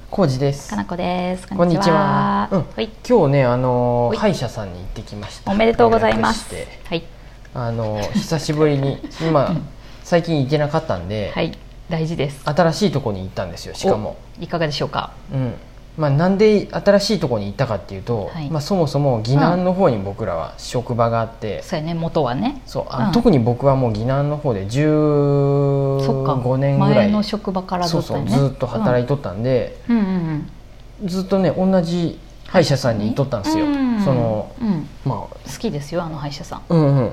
コウジです。 かなこです。 こんにちは。 はい、 今日ね歯医者さんに行ってきました。 おめでとうございます。はい。 久しぶりに最近行ってなかったんで、 はい、大事です。 新しいとこに行ったんですよ。しかもいかがでしょうか。 なんで新しいところに行ったかっていうと、そもそも宜南の方に僕らは職場があって、 そうやね、元はね。 そう特に僕はもう宜南の方で15年ぐらい前の職場からずっとね、 ずっと働いとったんで、ずっとね同じ歯医者さんに行っとったんですよ。 好きですよ、あの歯医者さん。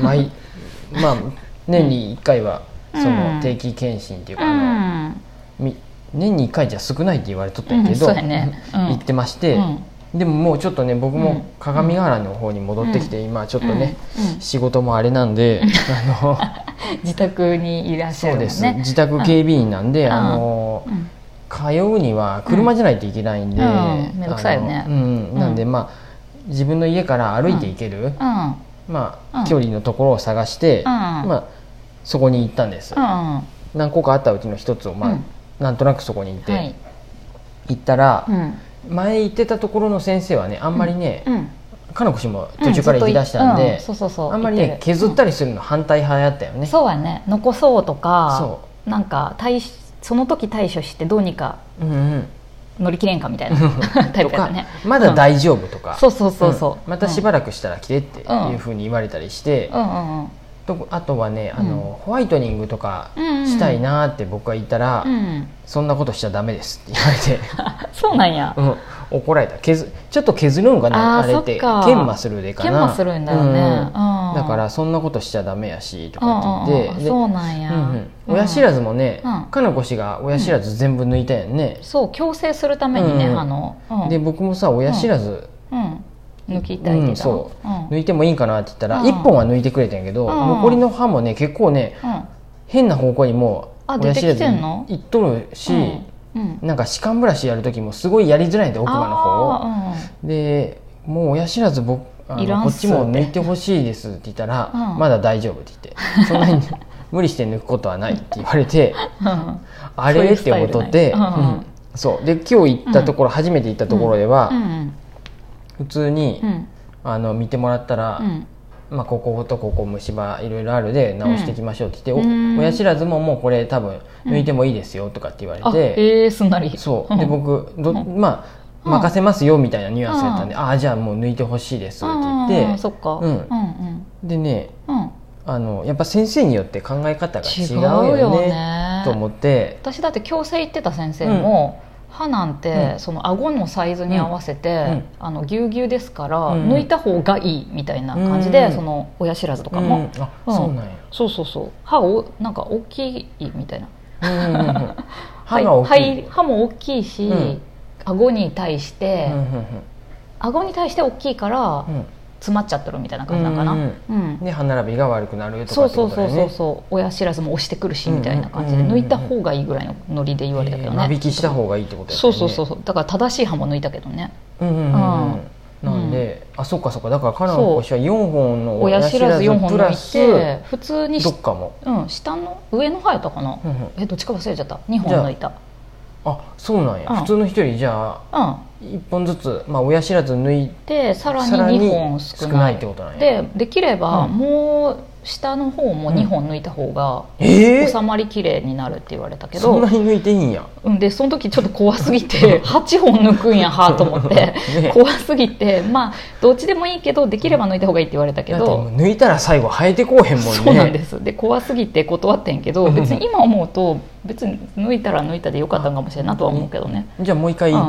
年に1回はその定期検診っていうか、年に1回じゃ少ないって言われとったんやけど、行ってまして、でももうちょっとね僕も鏡ヶ原の方に戻ってきて、今ちょっとね、仕事もあれなんで自宅にいらっしゃるもんね。 そうです、自宅警備員なんで、通うには車じゃないといけないんで、 めんどくさいよね。 なんで自分の家から歩いて行ける距離のところを探して、そこに行ったんです。何個かあったうちの一つをなんとなくそこにいて、行ったら、前行ってたところの先生はね、あんまりね、かのこ氏も途中から行き出したんで、あんまりね削ったりするの反対派やったよね。 そうやね、残そうとか、なんかその時対処してどうにか乗り切れんかみたいなタイプやね。 まだ大丈夫とか、 そうまたしばらくしたら来てっていうふうに言われたりして、あとはね、ホワイトニングとかしたいなって僕が言ったら、そんなことしちゃダメですって言われてそうなんや、 怒られた。ちょっと削るんかな、あれって研磨するでかな、 研磨するんだよね。 だからそんなことしちゃダメやしとかって言って、 そうなんや。 親知らずもね、かのこ氏が親知らず全部抜いたやんね。 そう、矯正するためにね、 で僕もさ親知らず抜きたいけど、 抜いてもいいんかなって言ったら1本は抜いてくれたんやけど、残りの歯もね結構ね、変な方向にも親知らずいっとるし、なんか歯間ブラシやる時もすごいやりづらいんで、奥歯の方を。でもう親知らずこっちも抜いてほしいですって言ったら、まだ大丈夫って言って、そんなに無理して抜くことはないって言われて、あれって思っとって、そうで今日行ったところ、初めて行ったところでは普通に見てもらったら、こことここ虫歯いろいろあるで直していきましょうって言って、親知らずももうこれ多分抜いてもいいですよとかって言われて、 すんなり。 そうで僕任せますよみたいなニュアンスだったんで、じゃあもう抜いてほしいですって言って、でね、やっぱ先生によって考え方が違うよねと思って。 私だって矯正行ってた先生も、歯なんてその顎のサイズに合わせてぎゅうぎゅうですから抜いた方がいいみたいな感じで、その親知らずとかもそうなんや。 そう歯をなんか大きいみたいな、歯も大きいし、顎に対して大きいから詰まっちゃってるみたいな感じなのかな。 で歯並びが悪くなるとかってことだよね。 そう親知らずも押してくるしみたいな感じで、抜いた方がいいぐらいのノリで言われたけどね。 間引きした方がいいってことだよね。 そうだから正しい歯も抜いたけどね。 なんでそっかだからかなこ氏は4本の親知らず4本抜いて、普通にどっかも下の上の歯やったかな、どっちか忘れちゃった。2本抜いた。 そうなんや。普通の人よりじゃあ1本ずつ親知らず抜いてさらに2本少ないってことなんや。 できればもう下の方も2本抜いた方が収まりきれいになるって言われたけど、 そんなに抜いていいんや。 でその時ちょっと怖すぎて8本抜くんや歯と思って怖すぎて、どっちでもいいけどできれば抜いた方がいいって言われたけど、 抜いたら最後生えてこうへんもんね。 そうなんです。で怖すぎて断ってんけど、別に今思うと別に抜いたら抜いたでよかったんかもしれんなとは思うけどね。 じゃあもう一回行って、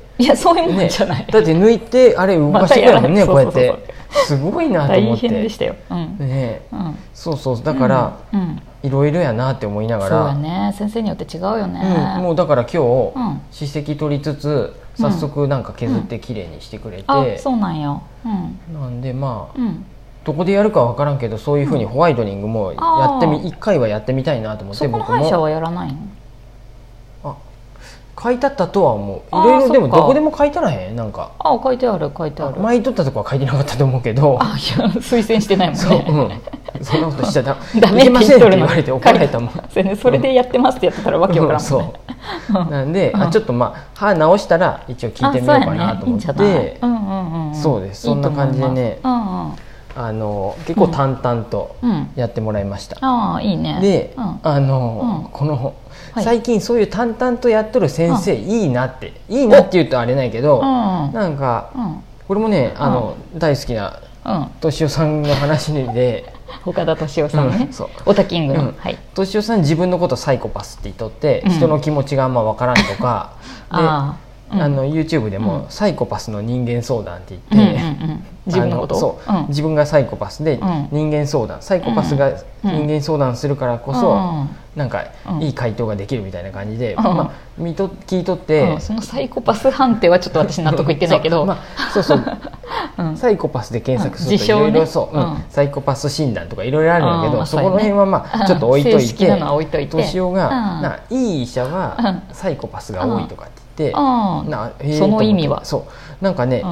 いやそういうもんじゃない、 だって抜いてあれ動かしてくれるもんね、こうやって。すごいなと思って。 大変でしたよ。 そうだからいろいろやなって思いながら。 そうやね、先生によって違うよね。 もうだから今日歯石取りつつ早速なんか削ってきれいにしてくれて、 そうなんよ。 なんでどこでやるかわからんけど、そういうふうにホワイトニングも1回はやってみたいなと思って。 そこの歯医者はやらないの？ 書いてあったとは思う。いろいろでもどこでも書いてあらへん。なんか書いてある。 前に取ったとこは書いてなかったと思うけど、 いや推薦してないもんね。 そんなことしちゃダメって言って言われて怒られたもん。 それでやってますってやってたらわけわからんもんね。 なんで、ちょっと歯直したら一応聞いてみようかなと思って、そうです、そんな感じでね、結構淡々とやってもらいました。 いいね。 で、この最近そういう淡々とやっとる先生いいなって言うとあれないけど、なんかこれもね大好きな敏夫さんの話で、 岡田敏夫さんね、オタキングの敏夫さん自分のことサイコパスって言っとって、人の気持ちがあんま分からんとかで、YouTube でもサイコパスの人間相談って言って、 自分のこと、 そう自分がサイコパスで人間相談、サイコパスが人間相談するからこそなんかいい回答ができるみたいな感じで聞いとって、 そのサイコパス判定はちょっと私納得いってないけど、 サイコパスで検索するといろいろサイコパス診断とかいろいろあるんだけど、そこの辺はちょっと置いといて、敏夫がいい医者はサイコパスが多いとかって言って、 その意味はそうなんかね、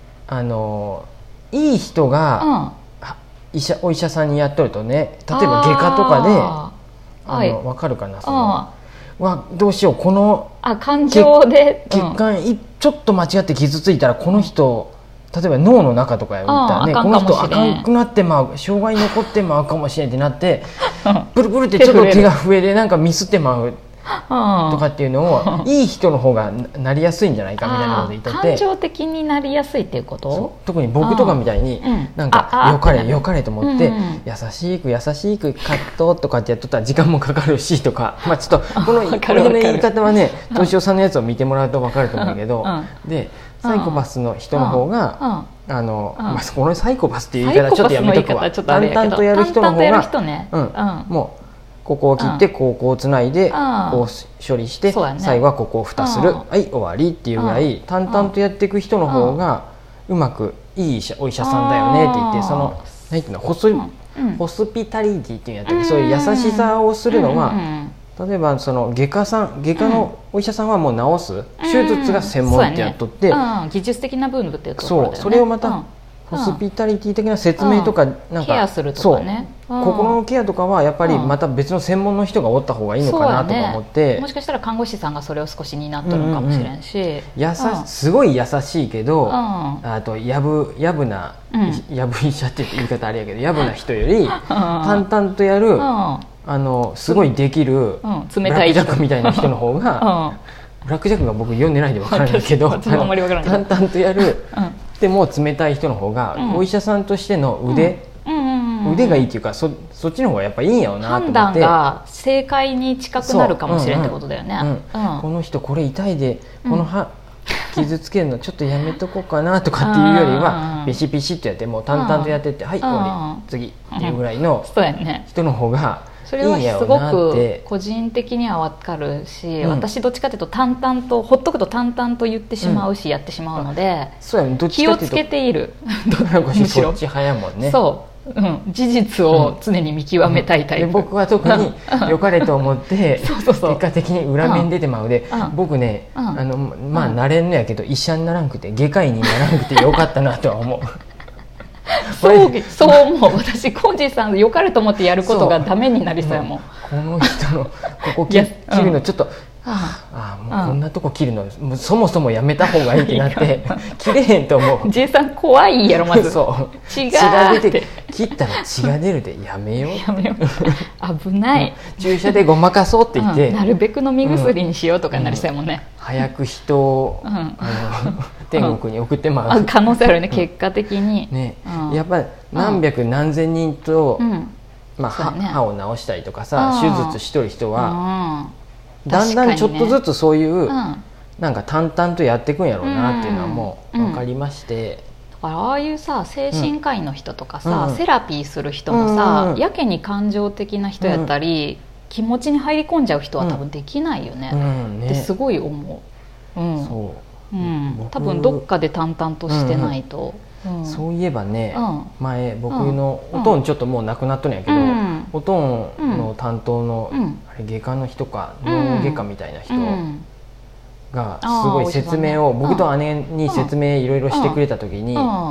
いい人がお医者さんにやっとるとね、例えば外科とかで分かるかな、そのどうしよう、この感情で血管ちょっと間違って傷ついたらこの人、例えば脳の中とかやったらね、この人あかんくなってまう、障害残ってまうかもしれんってなってブルブルってちょっと手が増えでなんかミスってまうとかっていうのをいい人の方がなりやすいんじゃないかみたいなことで言ってて、 感情的になりやすいっていうこと？ 特に僕とかみたいになんかよかれと思って優しくカットとかってやっとったら時間もかかるしとか、ちょっとこの言い方はね、敏夫さんのやつを見てもらうと分かると思うんだけど、でサイコパスの人の方がこのサイコパスっていう言い方ちょっとやめとくわ、淡々とやる人の方がもうここを切ってここをつないでこう処理して最後はここを蓋する、はい終わりっていうぐらい淡々とやっていく人の方がうまくいいお医者さんだよねって言って、その何ていうのホスピタリティっていうんやったっけ、そういう優しさをするのは、例えばその外科のお医者さんはもう治す手術が専門ってやっとって、 技術的な部分っていうところだよね。 それをまたホスピタリティ的な説明とか、なんかケアするとかね、 心のケアとかはやっぱりまた別の専門の人がおった方がいいのかなとか思って、 もしかしたら看護師さんがそれを少し担っとるかもしれんし、 すごい優しいけど、あとやぶな医者って言い方あれやけど、やぶな人より淡々とやるすごいできるブラックジャックみたいな人の方が、ブラックジャックが僕読んでないんで分からないけど、淡々とやるでも冷たい人の方がお医者さんとしての腕がいいっていうか、そっちの方がやっぱいいんやろうなと思って、 判断が正解に近くなるかもしれんってことだよね。 この人これ痛いでこの歯傷つけるのちょっとやめとこうかなとかっていうよりはビシビシっとやってもう淡々とやってって、はい終わり次っていうぐらいの人の方がそれはすごく個人的には分かるし、私どっちかというと淡々とほっとくと淡々と言ってしまうし、やってしまうので気をつけている。 むしろそっち早いもんね。 事実を常に見極めたいタイプ、 僕は特に良かれと思って結果的に裏面出てまうので、僕ねなれんのやけど医者にならんくて外科医にならんくてよかったなとは思う。 そう思う。私コージーさん良かれと思ってやることがダメになりそうやもん。 この人のここ切るのちょっともうこんなとこ切るのもうそもそもやめた方がいいってなって切れへんと思う。 J さん怖いやろまず。 血が出て切ったら血が出るでやめよう危ない。 注射でごまかそうって言ってなるべく飲み薬にしようとかになりそうやもんね。 早く人を天国に送ってまう可能性あるね、結果的にね。やっぱり何百何千人と歯を治したりとかさ手術しとる人はだんだんちょっとずつそういうなんか淡々とやっていくんやろうなっていうのはもう分かりまして、 だからああいうさ精神科医の人とかさ、セラピーする人もさ、やけに感情的な人やったり、気持ちに入り込んじゃう人は多分できないよね、ってすごい思う。多分どっかで淡々としてないと。 そういえばね、前僕のおとんちょっともう亡くなっとるんやけど、おとんの担当のあれ外科の人か脳外科みたいな人がすごい説明を僕と姉に説明いろいろしてくれた時に、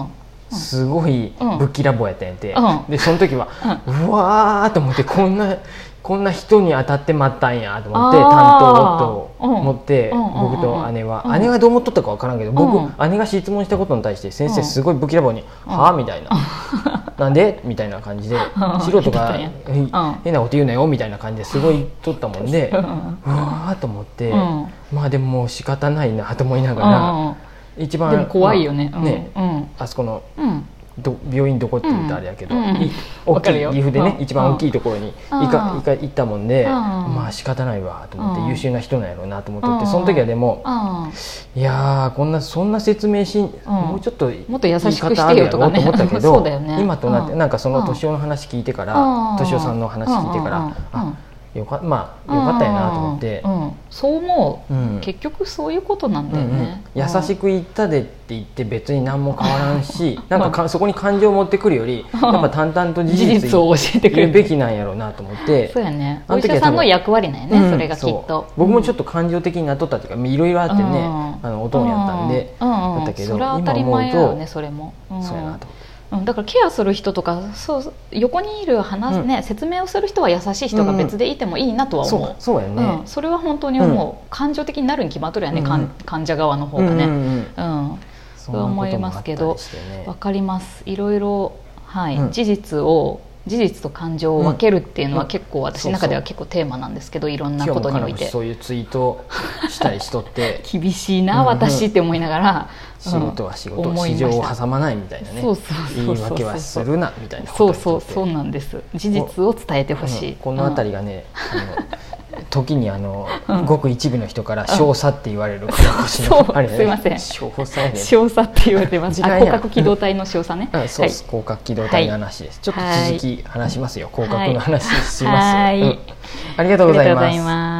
すごいぶっきらぼうやったんやて、でその時は、うわーと思って、こんな人に当たってまったんやと思って、担当と思って、僕と姉は、姉がどう思っとったか分からんけど、姉が質問したことに対して先生すごいぶきらぼうに「はあ?」みたいな「なんで?」みたいな感じで「素人が変なこと言うなよ」みたいな感じですごいとったもんで、うわーと思って、まあでももう仕方ないなと思いながら、一番でも怖いよね、 あそこの病院どこって言ったらあれやけど、大きい岐阜でね一番大きいところに行ったもんで、まあ仕方ないわと思って、優秀な人なんやろうなと思ってて、その時はでもいやーそんな説明もうちょっともっと優しくしてよとかねと思ったけど、今となってなんかその敏夫の話聞いてから、敏夫さんの話聞いてから、よかったやなと思って、 そう思う、結局そういうことなんだよね、 優しく言ったでって言って別に何も変わらんし、なんかそこに感情を持ってくるより、やっぱ淡々と事実を教えてくれるべきなんやろうなと思って。 そうやね、お医者さんの役割なんやね、それがきっと。 僕もちょっと感情的になっとったっていうか、いろいろあってね、おとんやったんでだったけど、 それは当たり前やよね、それも。 そうやなと。 だからケアする人とか、横にいる説明をする人は優しい人が別でいてもいいなとは思う。 そうやね、 それは本当に思う、感情的になるに決まっとるやね、患者側の方がね、そう思いますけど、わかります。いろいろ、事実と感情を分けるっていうのは結構私の中では結構テーマなんですけど、いろんなことにおいてそういうツイートしたりしとって厳しいな私って思いながら、 仕事は仕事、市場を挟まないみたいなね、言い訳はするなみたいなことをそうなんです。事実を伝えてほしい。 このあたりがね、時にごく一部の人から少佐って言われる金越のあれね、 すいません、 少佐やね、 少佐って言われてます。広角機動隊の少佐ね。 そうです、広角機動隊の話です。ちょっと続き話しますよ。広角の話します。ありがとうございます。